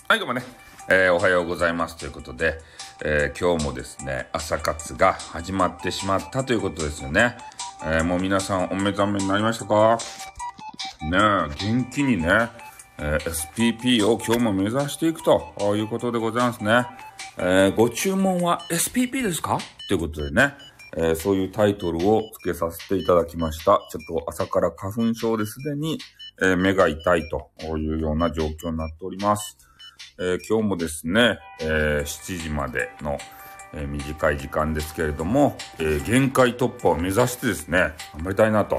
はい、どうもね、おはようございますということで、今日もですね、朝活が始まってしまったということですよね。もう皆さんお目覚めになりましたかねえ、元気にね、SPP を今日も目指していくということでございますね。ご注文は SPP ですかということでね、そういうタイトルを付けさせていただきました。ちょっと朝から花粉症ですでに、目が痛いというような状況になっております。今日もですね、7時までの、短い時間ですけれども、限界突破を目指してですね、頑張りたいなと。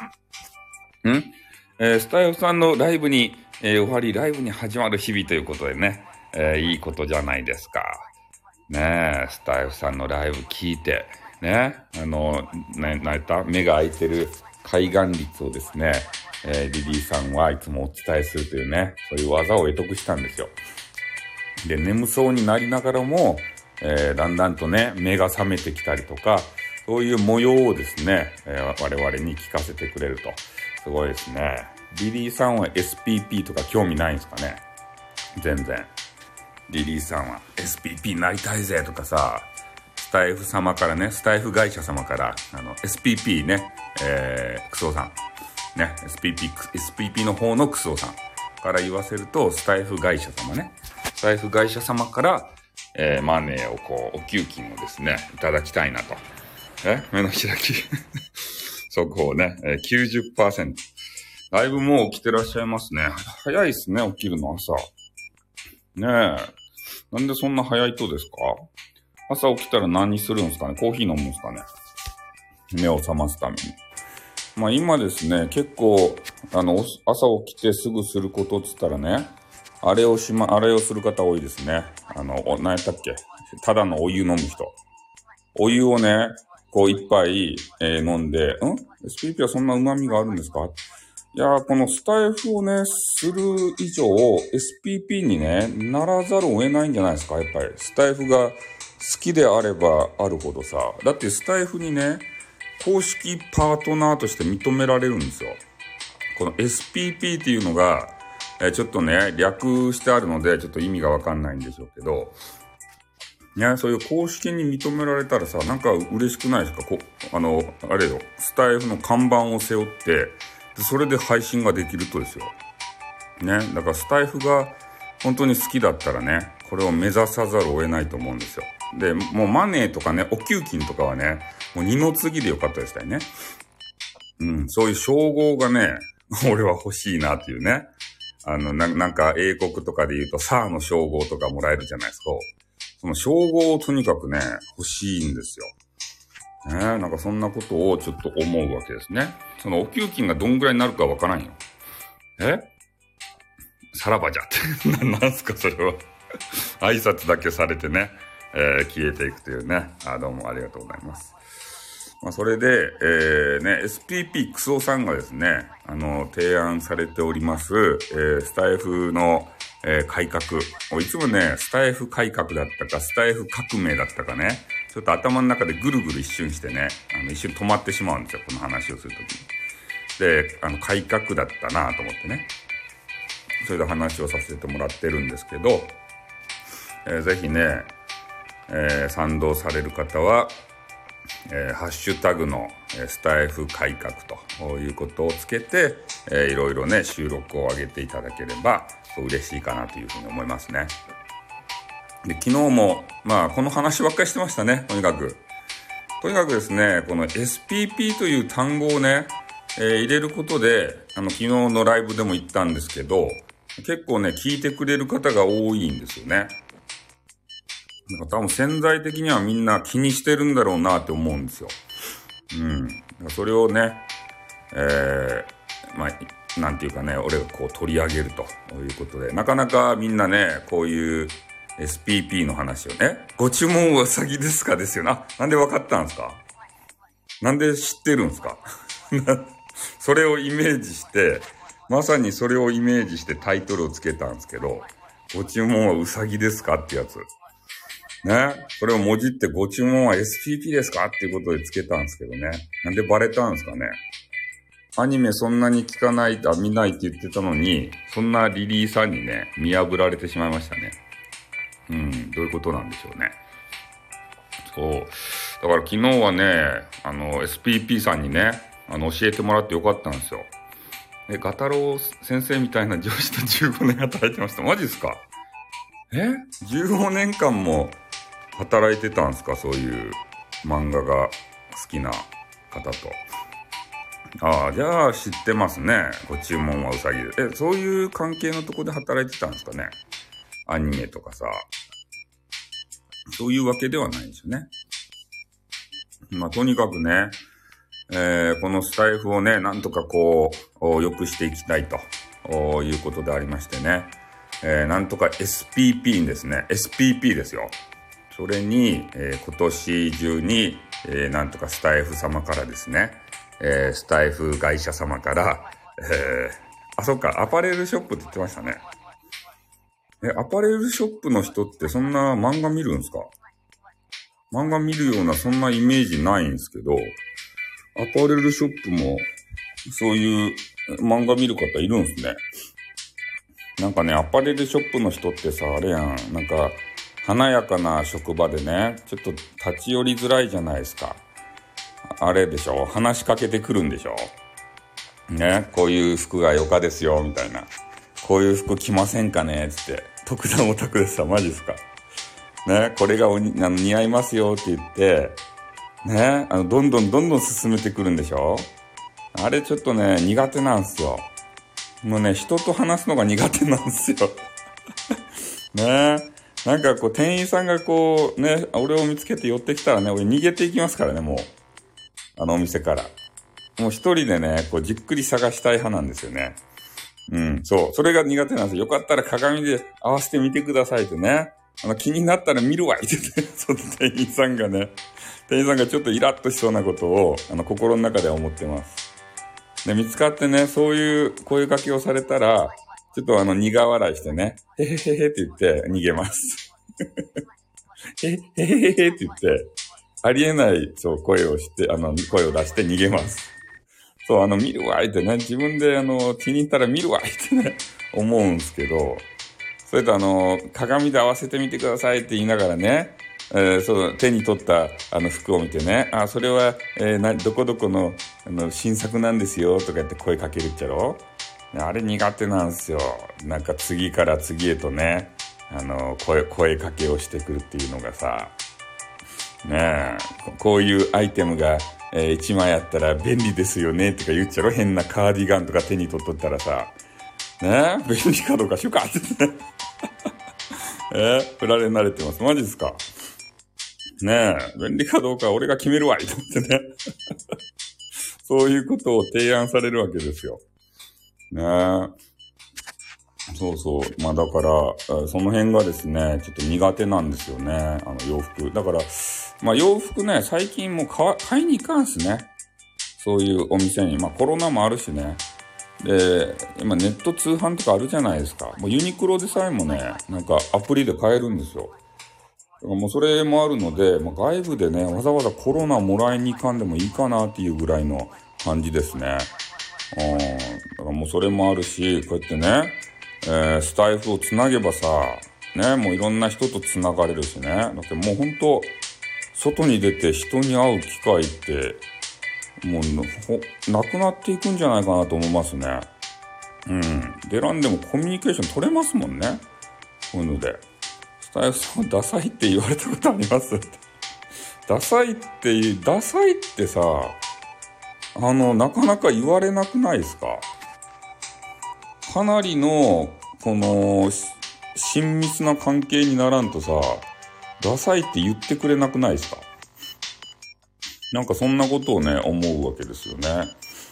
スタイフさんのライブに、終わり、ライブに始まる日々ということでね、いいことじゃないですか。ねえ、スタイフさんのライブ聞いて、ね、目が開いてる開眼率をですね、リリーさんはいつもお伝えするというね、そういう技を得得したんですよ。で、眠そうになりながらも、だんだんとね、目が覚めてきたりとか、そういう模様をですね、我々に聞かせてくれると。すごいですね。リリーさんは SPP とか興味ないんですかね？全然。リリーさんは SPP になりたいぜとかさ、スタイフ様からね、スタイフ会社様から、SPP ね、クソさん。ね、SPP の方のクソさんから言わせると、スタイフ会社様ね。スタイフ会社様から、マネーをお給金をですね、いただきたいなと。目の開き。そこをね、90%。だいぶもう起きてらっしゃいますね。早いですね、起きるの朝。ねえ。なんでそんな早いとですか？朝起きたら何するんですかね？コーヒー飲むんですかね？目を覚ますために。まあ今ですね、結構、朝起きてすぐすることっつったらね、あれをする方多いですね。何やったっけ？ただのお湯飲む人。お湯をね、一杯、飲んで、SPP はそんな旨味があるんですか？いやー、このスタイフをね、する以上、SPP にね、ならざるを得ないんじゃないですか？やっぱり。スタイフが好きであればあるほどさ。だってスタイフにね、公式パートナーとして認められるんですよ。この SPP っていうのが、ちょっとね、略してあるので、ちょっと意味がわかんないんでしょうけど、ね、そういう公式に認められたらさ、なんか嬉しくないですか？あれよ、スタイフの看板を背負って、でそれで配信ができるとですよ。ね、だからスタイフが本当に好きだったらね、これを目指さざるを得ないと思うんですよ。で、もうマネーとかね、お給金とかはね、もう二の次でよかったですね。そういう称号がね、俺は欲しいなっていうね。なんか英国とかで言うと、サーの称号とかもらえるじゃないですか。その称号をとにかくね、欲しいんですよ。なんかそんなことをちょっと思うわけですね。そのお給金がどんぐらいになるかわからんよ。さらばじゃって。なんすかそれは。挨拶だけされてね、消えていくというね。どうもありがとうございます。まあ、それで、SPP クソさんがですね、提案されております、スタイフの、改革。いつもね、スタイフ改革だったか、スタイフ革命だったかね、ちょっと頭の中でぐるぐる一瞬してね、一瞬止まってしまうんですよ、この話をするときに。で、改革だったなと思ってね。それで話をさせてもらってるんですけど、ぜひね、賛同される方は、ハッシュタグのスタイフ改革ということをつけて、いろいろね、収録を上げていただければ嬉しいかなというふうに思いますね。で、昨日も、この話ばっかりしてましたね、とにかくですね、この SPP という単語をね、入れることで、昨日のライブでも言ったんですけど、結構ね、聞いてくれる方が多いんですよね。なんか多分潜在的にはみんな気にしてるんだろうなって思うんですよ。それをね、なんていうかね、俺が取り上げるということで、なかなかみんなね、こういう SPP の話をね、ご注文は詐欺ですかですよな。なんで分かったんですか？なんで知ってるんですか？それをイメージして、まさにそれをイメージしてタイトルをつけたんですけど、ご注文はウサギですかってやつ。ね。それをもじってご注文は SPP ですかっていうことでつけたんですけどね。なんでバレたんですかね。 アニメそんなに聞かない、見ないって言ってたのに、そんなリリーさんにね、見破られてしまいましたね。どういうことなんでしょうね。そう。だから昨日はね、SPP さんにね、教えてもらってよかったんですよ。ガタロウ先生みたいな上司と15年働いてました。マジっすか？15年間も働いてたんですか？そういう漫画が好きな方と。じゃあ知ってますね。ご注文はうさぎで。そういう関係のとこで働いてたんですかね。アニメとかさ。そういうわけではないんですよね。とにかくね、このスタイフをね、なんとか良くしていきたいということでありましてね。なんとか SPP にですね、SPP ですよ。それに、今年中に、なんとかスタイフ様からですね、スタイフ会社様から、そっか、アパレルショップって言ってましたね。アパレルショップの人ってそんな漫画見るんですか？漫画見るようなそんなイメージないんですけど、アパレルショップもそういう漫画見る方いるんですね。なんかね、アパレルショップの人ってさ、あれやん、なんか華やかな職場でね、ちょっと立ち寄りづらいじゃないですか。あれでしょ？話しかけてくるんでしょ？ね、こういう服がよかですよ、みたいな。こういう服着ませんかねつって。特段オタクでさ、マジですか？ね、これが似合いますよって言って、ね、どんどん進めてくるんでしょ？あれちょっとね、苦手なんすよ。もうね、人と話すのが苦手なんすよ。ね、なんか店員さんがね、俺を見つけて寄ってきたらね、俺逃げていきますからね、もう。お店から。もう一人でね、じっくり探したい派なんですよね。そう。それが苦手なんですよ。よかったら鏡で合わせてみてくださいってね。気になったら見るわいって言って、その店員さんがちょっとイラッとしそうなことを、心の中では思ってます。で、見つかってね、そういう声掛けをされたら、ちょっと苦笑いしてね、へへへへって言って逃げます。へへへへって言って、ありえない、そう、声を出して逃げます。そう、見るわいってね、自分で気に入ったら見るわいってね、思うんすけど、それと鏡で合わせてみてくださいって言いながらね、そう手に取った服を見てね、それは、どこどこの新作なんですよとか言って声かけるっちゃろ。あれ苦手なんですよ。なんか次から次へとね、声かけをしてくるっていうのがさ、ねえ、こういうアイテムが、1枚あったら便利ですよねとか言っちゃろ。変なカーディガンとか手に取っとったらさ、ねえ、便利かどうかしゅかってね。振られ慣れてます。マジですか？ねえ、便利かどうか俺が決めるわいと思ってね。そういうことを提案されるわけですよ。ねえ。そうそう。だから、その辺がですね、ちょっと苦手なんですよね。洋服。だから、洋服ね、最近もう買いに行かんすね。そういうお店に。コロナもあるしね。で、今ネット通販とかあるじゃないですか。もうユニクロでさえもね、なんかアプリで買えるんですよ。だからもうそれもあるので、外部でね、わざわざコロナもらいに行かんでもいいかなっていうぐらいの感じですね。だからもうそれもあるし、こうやってね、スタイフをつなげばさ、ね、もういろんな人とつながれるしね。だってもうほんと、外に出て人に会う機会って、もうなくなっていくんじゃないかなと思いますね。出らんでもコミュニケーション取れますもんね。こういうので。スタイフさんダサいって言われたことありますって。ダサいってさ、なかなか言われなくないですか？かなりの、親密な関係にならんとさ、ダサいって言ってくれなくないですか？なんかそんなことをね、思うわけですよね。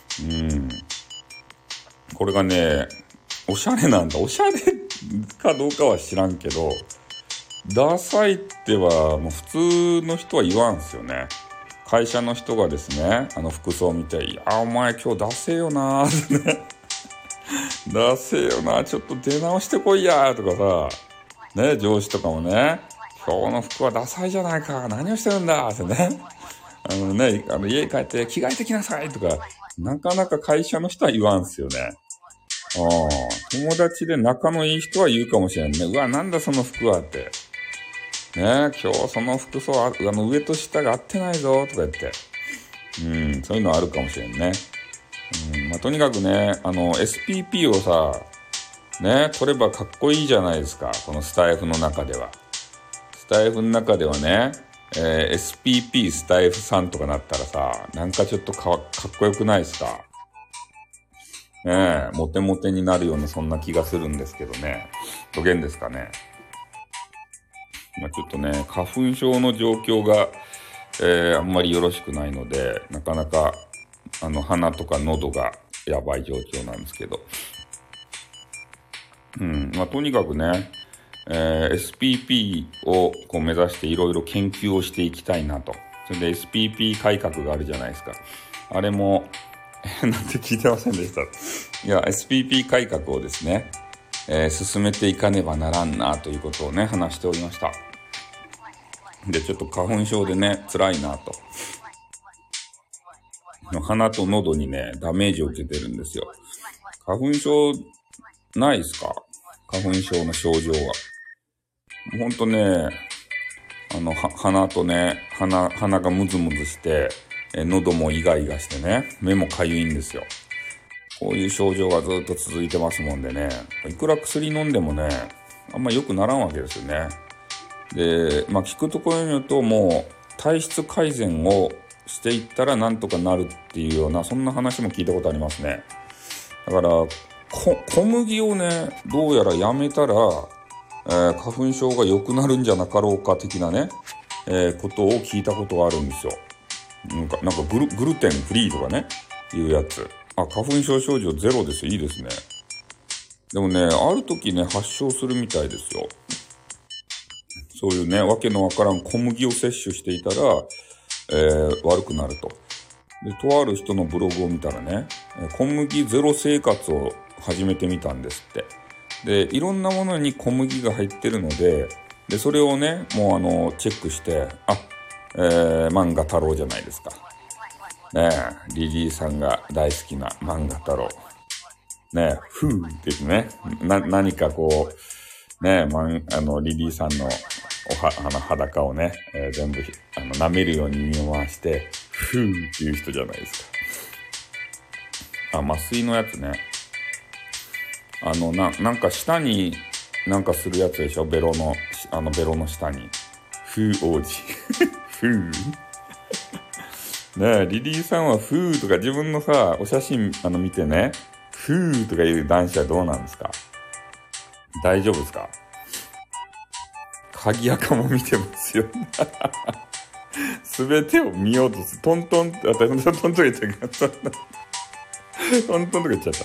これがね、おしゃれなんだ。おしゃれかどうかは知らんけど、ダサいってはもう普通の人は言わんすよね。会社の人がですね、服装見て、いや、お前今日ダセよなーってね。ダセよなー、ちょっと出直してこいやーとかさ、ね、上司とかもね、今日の服はダサいじゃないか、何をしてるんだーってね。家帰って着替えてきなさいとかなかなか会社の人は言わんすよね。友達で仲のいい人は言うかもしれんね。うわ、なんだその服はって。ね、今日その服装、上と下が合ってないぞ、とか言って。そういうのあるかもしれんね。とにかくね、SPP をさ、ね、取ればかっこいいじゃないですか。このスタイフの中では。スタイフの中ではね、SPP スタイフさんとかなったらさ、なんかちょっとかっこよくないですか。ねえ、モテモテになるようなそんな気がするんですけどね。どげんですかね。ちょっとね、花粉症の状況が、あんまりよろしくないので、なかなか、鼻とか喉がやばい状況なんですけど。とにかくね、SPP をこう目指していろいろ研究をしていきたいなと。それで SPP 改革があるじゃないですか。あれも、なんて聞いてませんでした。いや、SPP 改革をですね、進めていかねばならんなということをね、話しておりました。で、ちょっと花粉症でね、辛いなと。鼻と喉にね、ダメージを受けてるんですよ。花粉症、ないですか？花粉症の症状は。ほんとね、鼻とね、鼻がムズムズして、喉もイガイガしてね、目もかゆいんですよ。こういう症状がずっと続いてますもんでね、いくら薬飲んでもね、あんま良くならんわけですよね。で、聞くところによるともう体質改善をしていったらなんとかなるっていうような、そんな話も聞いたことありますね。だから、小麦をね、どうやらやめたら、花粉症が良くなるんじゃなかろうか的なね、ことを聞いたことがあるんですよ。なんかグルテンフリーとかね、いうやつ。花粉症症状ゼロですよ。いいですね。でもね、ある時ね、発症するみたいですよ。そういうね、わけのわからん小麦を摂取していたら、悪くなると。で、とある人のブログを見たらね、小麦ゼロ生活を始めてみたんですって。で、いろんなものに小麦が入ってるので、それをね、もうチェックして、漫画太郎じゃないですか。ねえ、リリーさんが大好きな漫画太郎。ねえ、ふーってね、何かこう、ねえ、リリーさんの裸をね、全部、舐めるように見回して、ふーっていう人じゃないですか。麻酔のやつね。なんか下に、なんかするやつでしょ？ベロの下に。ふー王子。ふーねえ、リリーさんはふーとか自分のさ、お写真見てね、ふーとかいう男子はどうなんですか？大丈夫ですか？鍵垢も見てますよ。すべてを見ようとする。トントンと言っちゃった。トントンと言っちゃった。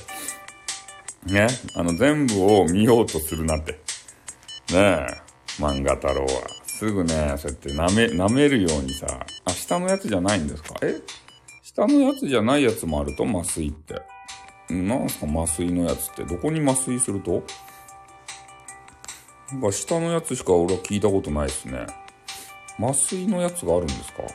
ね。全部を見ようとするなって。ねえ。漫画太郎は。すぐね、そうやって舐めるようにさ。下のやつじゃないんですか？下のやつじゃないやつもあると、麻酔って。なんすか麻酔のやつって。どこに麻酔すると？なんか下のやつしか俺は聞いたことないですね。麻酔のやつがあるんですか？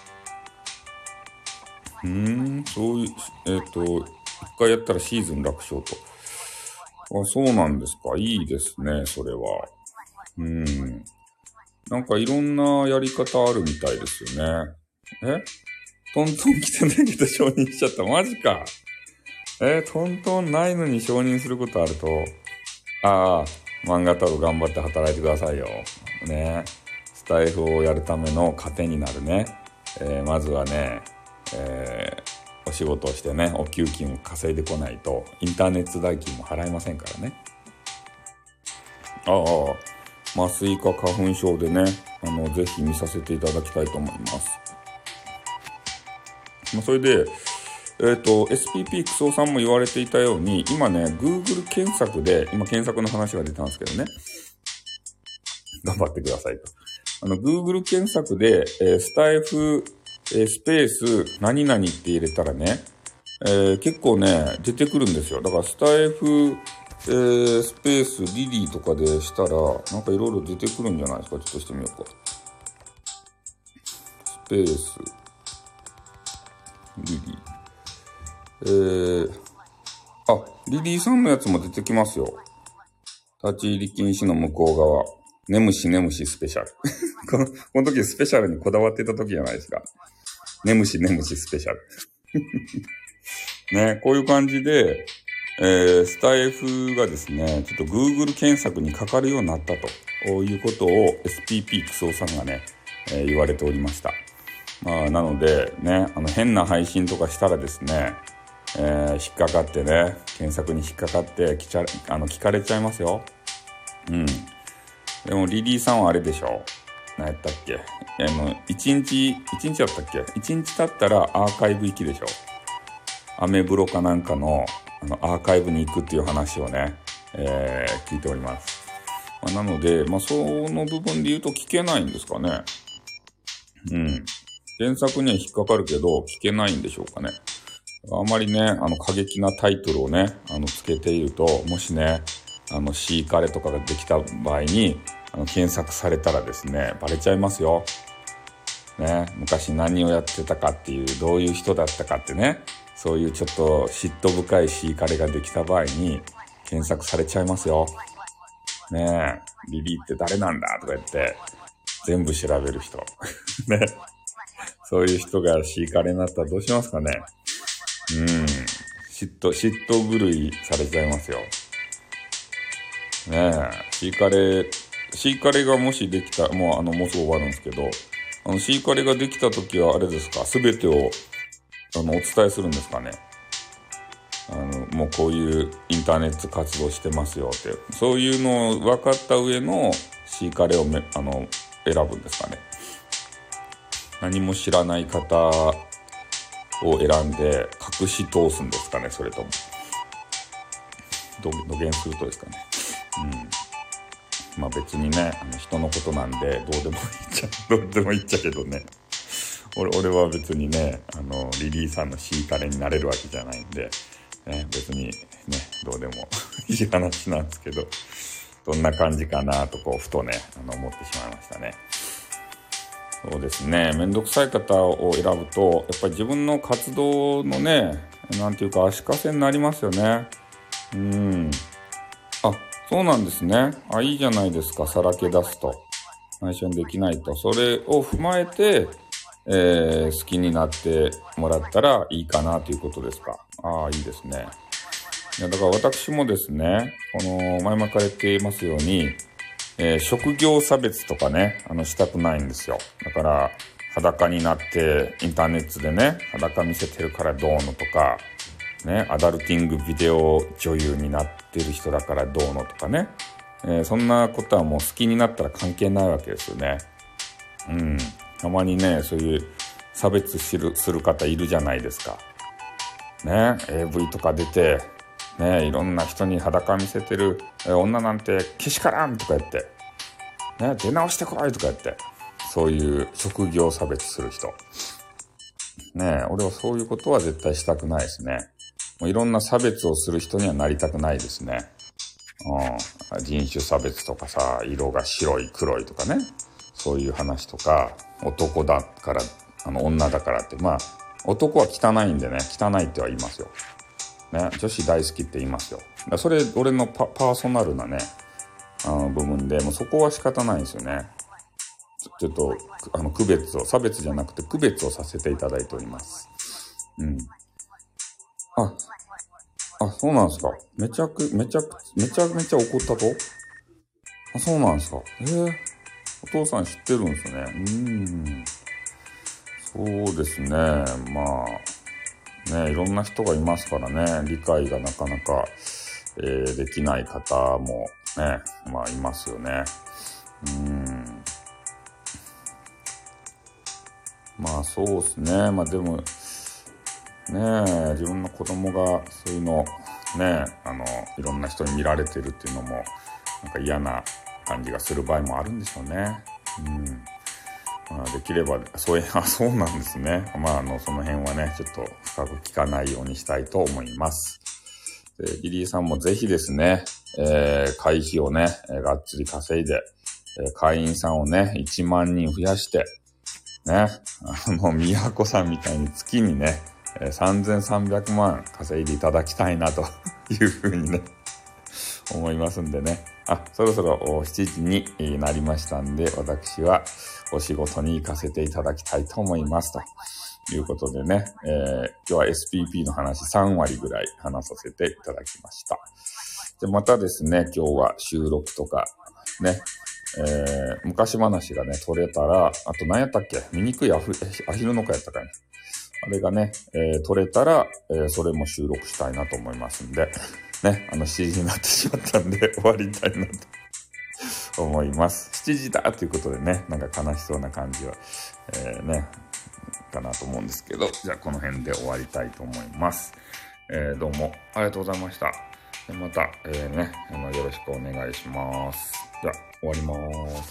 そういう、一回やったらシーズン楽勝と。そうなんですか。いいですね、それは。なんかいろんなやり方あるみたいですよね。トントン来てないけど承認しちゃった。マジか。トントンないのに承認することあると、漫画太郎頑張って働いてくださいよ。ね。スタイフをやるための糧になるね。まずはね、お仕事をしてね、お給金を稼いでこないと、インターネット代金も払えませんからね。麻酔か花粉症でね、ぜひ見させていただきたいと思います。それで、SPP クソさんも言われていたように、今ね、Google 検索で、今検索の話が出たんですけどね。頑張ってくださいと。Google 検索で、スタイフ、スペース、何々って入れたらね、結構ね、出てくるんですよ。だからスタイフ、スペース、リリーとかでしたら、なんかいろいろ出てくるんじゃないですか。ちょっとしてみようか。スペース、リリー。 リリーさんのやつも出てきますよ。立ち入り禁止の向こう側。ネムシスペシャル。この時スペシャルにこだわってた時じゃないですか。ネムシスペシャル。ね、こういう感じで、スタイフがですね、ちょっと Google 検索にかかるようになったということを SPP クソさんがね、言われておりました。なのでね、変な配信とかしたらですね、引っかかってね、検索に引っかかって聞かれちゃいますよ。でもリリーさんはあれでしょ。何やったっけ。1日やったっけ。1日経ったらアーカイブ行きでしょ。アメブロかなんかのアーカイブに行くっていう話をね、聞いております。なので、その部分で言うと聞けないんですかね。検索には引っかかるけど、聞けないんでしょうかね。あまりね、過激なタイトルをね、つけていると、もしね、シーカレとかができた場合に、検索されたらですね、バレちゃいますよ。ね、昔何をやってたかっていう、どういう人だったかってね、そういうちょっと嫉妬深いシーカレができた場合に、検索されちゃいますよ。ねえ、リリーって誰なんだとか言って、全部調べる人。ね。そういう人がシーカレになったらどうしますかね。嫉妬狂いされちゃいますよ。ねえ、シーカレがもしできた、もうすぐ終わるんですけど、シーカレができた時はあれですか、すべてを、お伝えするんですかね。もうこういうインターネット活動してますよって。そういうのを分かった上のシーカレを選ぶんですかね。何も知らない方を選んで隠し通すんですかね、それとも。土下するとですかね。別にね、人のことなんでどうでもいいっちゃけどね。俺は別にね、リリーさんのシーカレになれるわけじゃないんで、ね、別にね、どうでもいい話なんですけど、どんな感じかなとふとね、思ってしまいましたね。そうですね、めんどくさい方を選ぶと、やっぱり自分の活動のね、なんていうか足かせになりますよね。そうなんですね。いいじゃないですか、さらけ出すと。内緒にできないと。それを踏まえて、好きになってもらったらいいかなということですか。いいですね。いや、だから私もですね、前々から言っていますように、職業差別とかね、したくないんですよ。だから、裸になってインターネットでね、裸見せてるからどうのとか、ね、アダルティングビデオ女優になってる人だからどうのとかね、そんなことはもう好きになったら関係ないわけですよね。たまにね、そういう差別する方いるじゃないですか。ね、AV とか出て、ね、いろんな人に裸見せてる、女なんてけしからんとか言って、ね、出直してこいとか言って、そういう職業差別する人。ね、俺はそういうことは絶対したくないですね。もういろんな差別をする人にはなりたくないですね。人種差別とかさ、色が白い黒いとかね、そういう話とか、男だから女だからって、男は汚いんでね、汚いっては言いますよね。女子大好きって言いますよ。それ俺のパーソナルなね部分で、もうそこは仕方ないんですよね。ちょっと差別じゃなくて区別をさせていただいております。そうなんですか。めちゃめちゃ怒ったと。そうなんですか。お父さん知ってるんですね。そうですね。いろんな人がいますからね。理解がなかなか、できない方もね、いますよね。そうですね。でも、ね、自分の子供がそういうの、ね、いろんな人に見られてるっていうのも、なんか嫌な感じがする場合もあるんでしょうね。できれば、そうなんですね。その辺はね、ちょっと深く聞かないようにしたいと思います。リリーさんもぜひですね、会費をね、がっつり稼いで、会員さんをね、1万人増やして、ね、宮子さんみたいに月にね、 3300万稼いでいただきたいなというふうにね、思いますんでね。そろそろ7時になりましたんで、私はお仕事に行かせていただきたいと思いますということでね、今日は SPP の話3割ぐらい話させていただきました。で、またですね、今日は収録とかね、昔話がね、取れたら、あと何やったっけ、醜いアヒルの子やったかいね。あれがね、取れたら、それも収録したいなと思いますんで、ね、7時になってしまったんで終わりたいなと思います。7時だということでね、なんか悲しそうな感じは、ね、かなと思うんですけど、じゃあこの辺で終わりたいと思います。どうもありがとうございました。でまた、ね、よろしくお願いします。じゃあ終わります。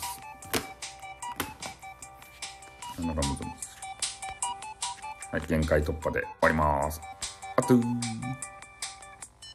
こんな感じです。はい、限界突破で終わります。あとー。